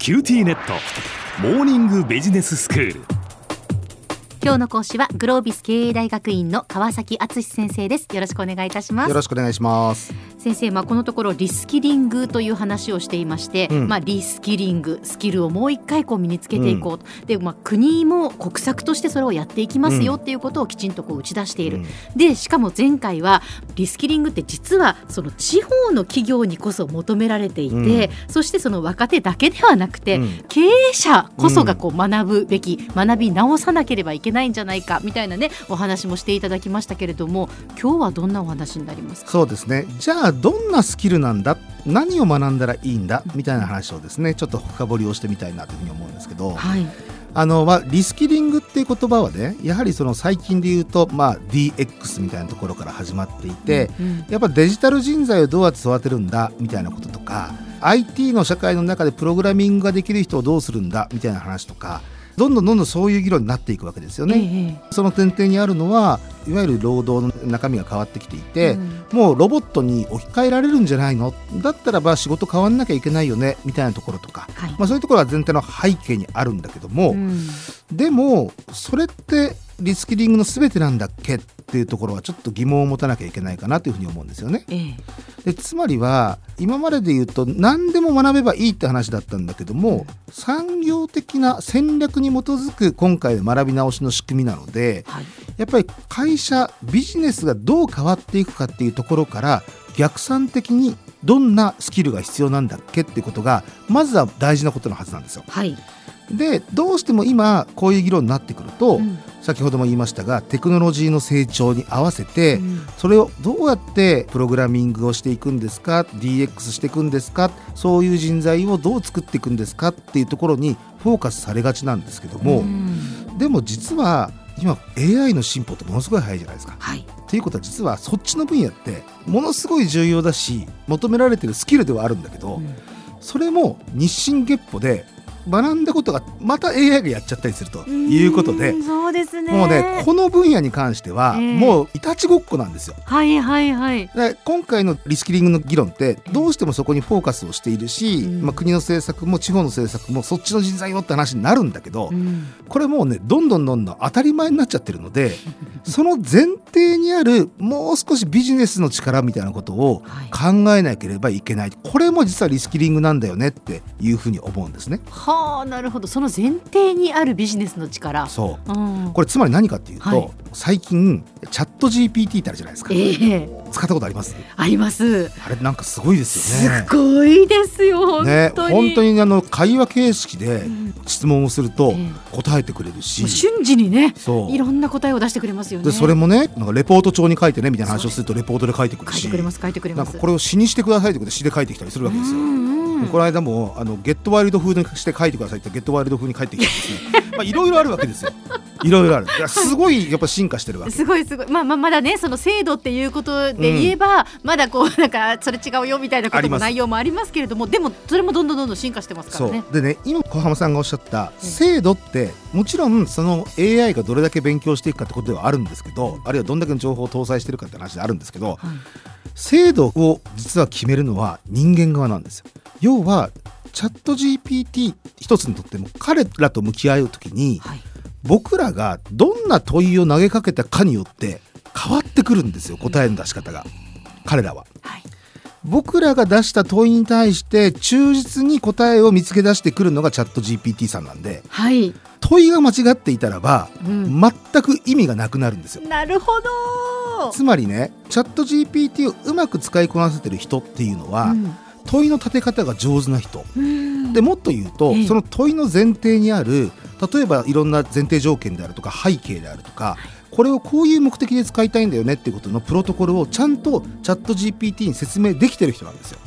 キューティーネットモーニングビジネススクール。 今日の講師はグロービス経営大学院の川崎敦先生です。よろしくお願いいたします。 よろしくお願いします。 先生、このところリスキリングという話をしていまして、リスキリング、スキルをもう一回身につけていこうと、で国も国策としてそれをやっていきますよっていうことをきちんと打ち出している、でしかも前回はリスキリングって実はその地方の企業にこそ求められていて、そしてその若手だけではなくて、経営者こそが学ぶべき、学び直さなければいけないんじゃないかみたいなね、お話もしていただきましたけれども、今日はどんなお話になりますか？ そうですね。じゃあどんなスキルなんだ、何を学んだらいいんだみたいな話をですね、ちょっと深掘りをしてみたいなというふうに思うんですけど、リスキリングっていう言葉はね、やはりその最近で言うと、DX みたいなところから始まっていて、やっぱデジタル人材をどうやって育てるんだみたいなこととか、 IT の社会の中でプログラミングができる人をどうするんだみたいな話とか、どんどんそういう議論になっていくわけですよね。その前提にあるのは、いわゆる労働の中身が変わってきていて、もうロボットに置き換えられるんじゃないの、だったら仕事変わんなきゃいけないよねみたいなところとか、そういうところは全体の背景にあるんだけども、でもそれってリスキリングの全てなんだっけっていうところはちょっと疑問を持たなきゃいけないかなというふうに思うんですよね。でつまりは今までで言うと何でも学べばいいって話だったんだけども、産業的な戦略に基づく今回の学び直しの仕組みなので、やっぱり会社ビジネスがどう変わっていくかっていうところから逆算的にどんなスキルが必要なんだっけっていうことがまずは大事なことのはずなんですよ。でどうしても今こういう議論になってくると、先ほども言いましたがテクノロジーの成長に合わせて、それをどうやってプログラミングをしていくんですか、 DX していくんですか、そういう人材をどう作っていくんですかっていうところにフォーカスされがちなんですけども、でも実は今 AI の進歩ってものすごい早いじゃないですか。ということは実はそっちの分野ってものすごい重要だし求められてるスキルではあるんだけど、それも日進月歩で学んだことがまた AI がやっちゃったりするということで、 そうですね、 もうねこの分野に関してはもういたちごっこなんですよ。で今回のリスキリングの議論ってどうしてもそこにフォーカスをしているし、国の政策も地方の政策もそっちの人材をって話になるんだけど、これもうねどんどん当たり前になっちゃってるので、その前提にあるもう少しビジネスの力みたいなことを考えなければいけない、これも実はリスキリングなんだよねっていうふうに思うんですね。 なるほど。その前提にあるビジネスの力、これつまり何かっていうと、最近チャット GPT ってあるじゃないですか。使ったことあります？ あります。 あれなんかすごいですよね。 すごいですよ本当に会話形式で質問をすると答えてくれるし、 瞬時にねいろんな答えを出してくれますよね。 でそれもねなんかレポート帳に書いてねみたいな話をするとレポートで書いてくるし、 書いてくれます。 なんかこれを詩にしてくださいってことで詩で書いてきたりするわけですよ。この間もゲットワイルド風にして書いてくださいってゲットワイルド風に書いてきてですねいろいろあるわけですよ。いろいろある。すごいやっぱ進化してるわけ。 すごいまだねその制度っていうことで言えば、まだなんかそれ違うよみたいなことも内容もありますけれども、でもそれもどんどん進化してますからね。 でね今小浜さんがおっしゃった制度ってもちろんその AI がどれだけ勉強していくかってことではあるんですけど、あるいはどんだけの情報を搭載してるかって話であるんですけど、制度を実は決めるのは人間側なんですよ。要はチャット GPT 一つにとっても彼らと向き合うときに、僕らがどんな問いを投げかけたかによって変わってくるんですよ、答えの出し方が。彼らは、僕らが出した問いに対して忠実に答えを見つけ出してくるのがチャット GPT さんなんで、問いが間違っていたらば、全く意味がなくなるんですよ。 なるほど。 つまりねチャット GPT をうまく使いこなせてる人っていうのは、問いの立て方が上手な人で、もっと言うと、その問いの前提にある例えばいろんな前提条件であるとか背景であるとか、これをこういう目的で使いたいんだよねっていうことのプロトコルをちゃんとチャット GPT に説明できてる人なんですよ。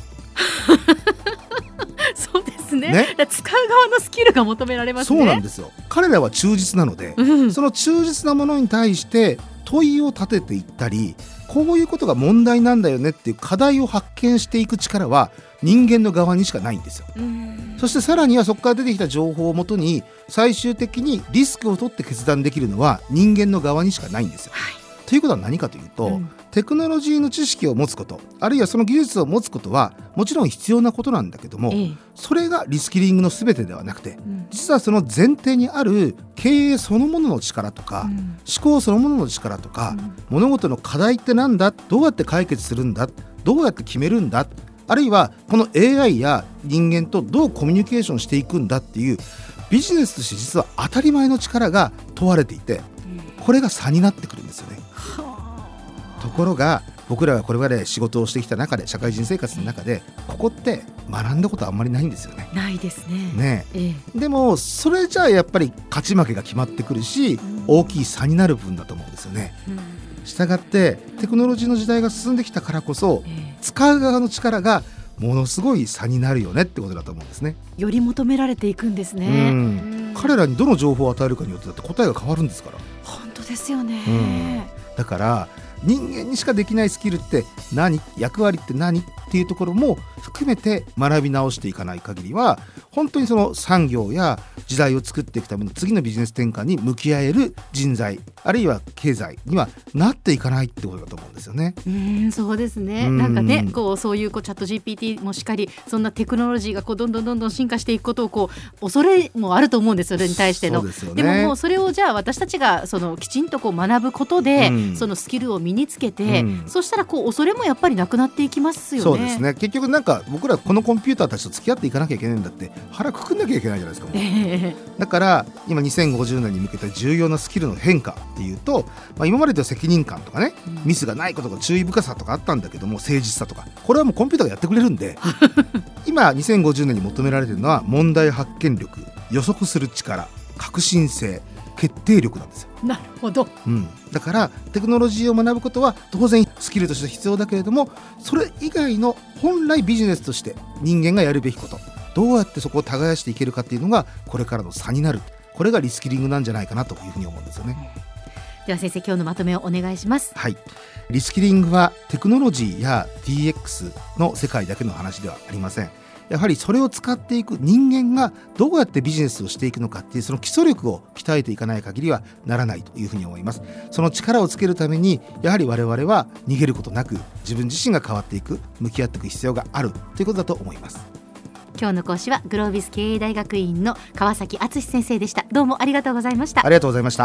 そうですね。使う側のスキルが求められますね。 そうなんですよ。彼らは忠実なので、その忠実なものに対して問いを立てていったり、こういうことが問題なんだよねっていう課題を発見していく力は人間の側にしかないんですよ。そしてさらにはそこから出てきた情報をもとに最終的にリスクを取って決断できるのは人間の側にしかないんですよ。ということは何かというと、 テクノロジーの知識を持つこと、あるいはその技術を持つことはもちろん必要なことなんだけども、それがリスキリングの全てではなくて、実はその前提にある経営そのものの力とか、思考そのものの力とか、物事の課題ってなんだ、どうやって解決するんだ、どうやって決めるんだ、あるいはこの AI や人間とどうコミュニケーションしていくんだっていうビジネスとして実は当たり前の力が問われていて、これが差になってくるんですよね。ところが僕らがこれまで仕事をしてきた中で、社会人生活の中でここって学んだことあんまりないんですよね。 ないですね。 でもそれじゃあやっぱり勝ち負けが決まってくるし、大きい差になる分だと思うんですよね。したがってテクノロジーの時代が進んできたからこそ、使う側の力がものすごい差になるよねってことだと思うんですね。 より求められていくんですね。 彼らにどの情報を与えるかによってだって答えが変わるんですから。 本当ですよね。 だから人間にしかできないスキルって何、役割って何っていうところも含めて学び直していかない限りは、本当にその産業や時代を作っていくための次のビジネス転換に向き合える人材、あるいは経済にはなっていかないってことだと思うんですよね。 そうですね。なんかね、そういうチャット GPT もしっかり、そんなテクノロジーがどんどん進化していくことを恐れもあると思うんですよ、それに対しての。でももうそれをじゃあ私たちがきちんと学ぶことで、そのスキルを身につけて、そしたら恐れもやっぱりなくなっていきますよね。 そうですね。結局なんか僕らこのコンピューターたちと付き合っていかなきゃいけないんだって腹くくんなきゃいけないじゃないですか。だから今2050年に向けた重要なスキルの変化っていうと、今までと責任感とかね、ミスがないこととか注意深さとかあったんだけども、誠実さとか、これはもうコンピューターがやってくれるんで今2050年に求められているのは問題発見力、予測する力、革新性、決定力なんですよ。 なるほど。 だからテクノロジーを学ぶことは当然スキルとして必要だけれども、それ以外の本来ビジネスとして人間がやるべきこと、どうやってそこを耕していけるかっていうのがこれからの差になる。これがリスキリングなんじゃないかなというふうに思うんですよね。 では先生、今日のまとめをお願いします。 はい、リスキリングはテクノロジーや DX の世界だけの話ではありません。やはりそれを使っていく人間がどうやってビジネスをしていくのかっていう、その基礎力を鍛えていかない限りはならないというふうに思います。その力をつけるためにやはり我々は逃げることなく自分自身が変わっていく、向き合っていく必要があるということだと思います。 今日の講師はグロービス経営大学院の川崎敦先生でした。どうもありがとうございました。 ありがとうございました。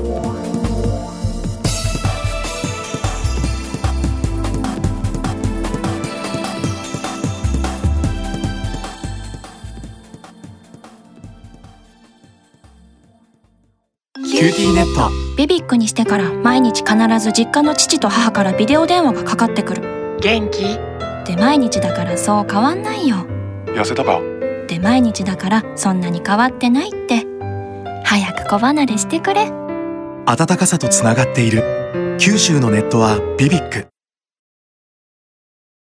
キューティーネット。 ビビックにしてから毎日必ず実家の父と母からビデオ電話がかかってくる。 元気？ で毎日だからそう変わんないよ。 痩せたか？ で毎日だからそんなに変わってないって。早く子離れしてくれ。 温かさとつながっている九州のネットはビビック。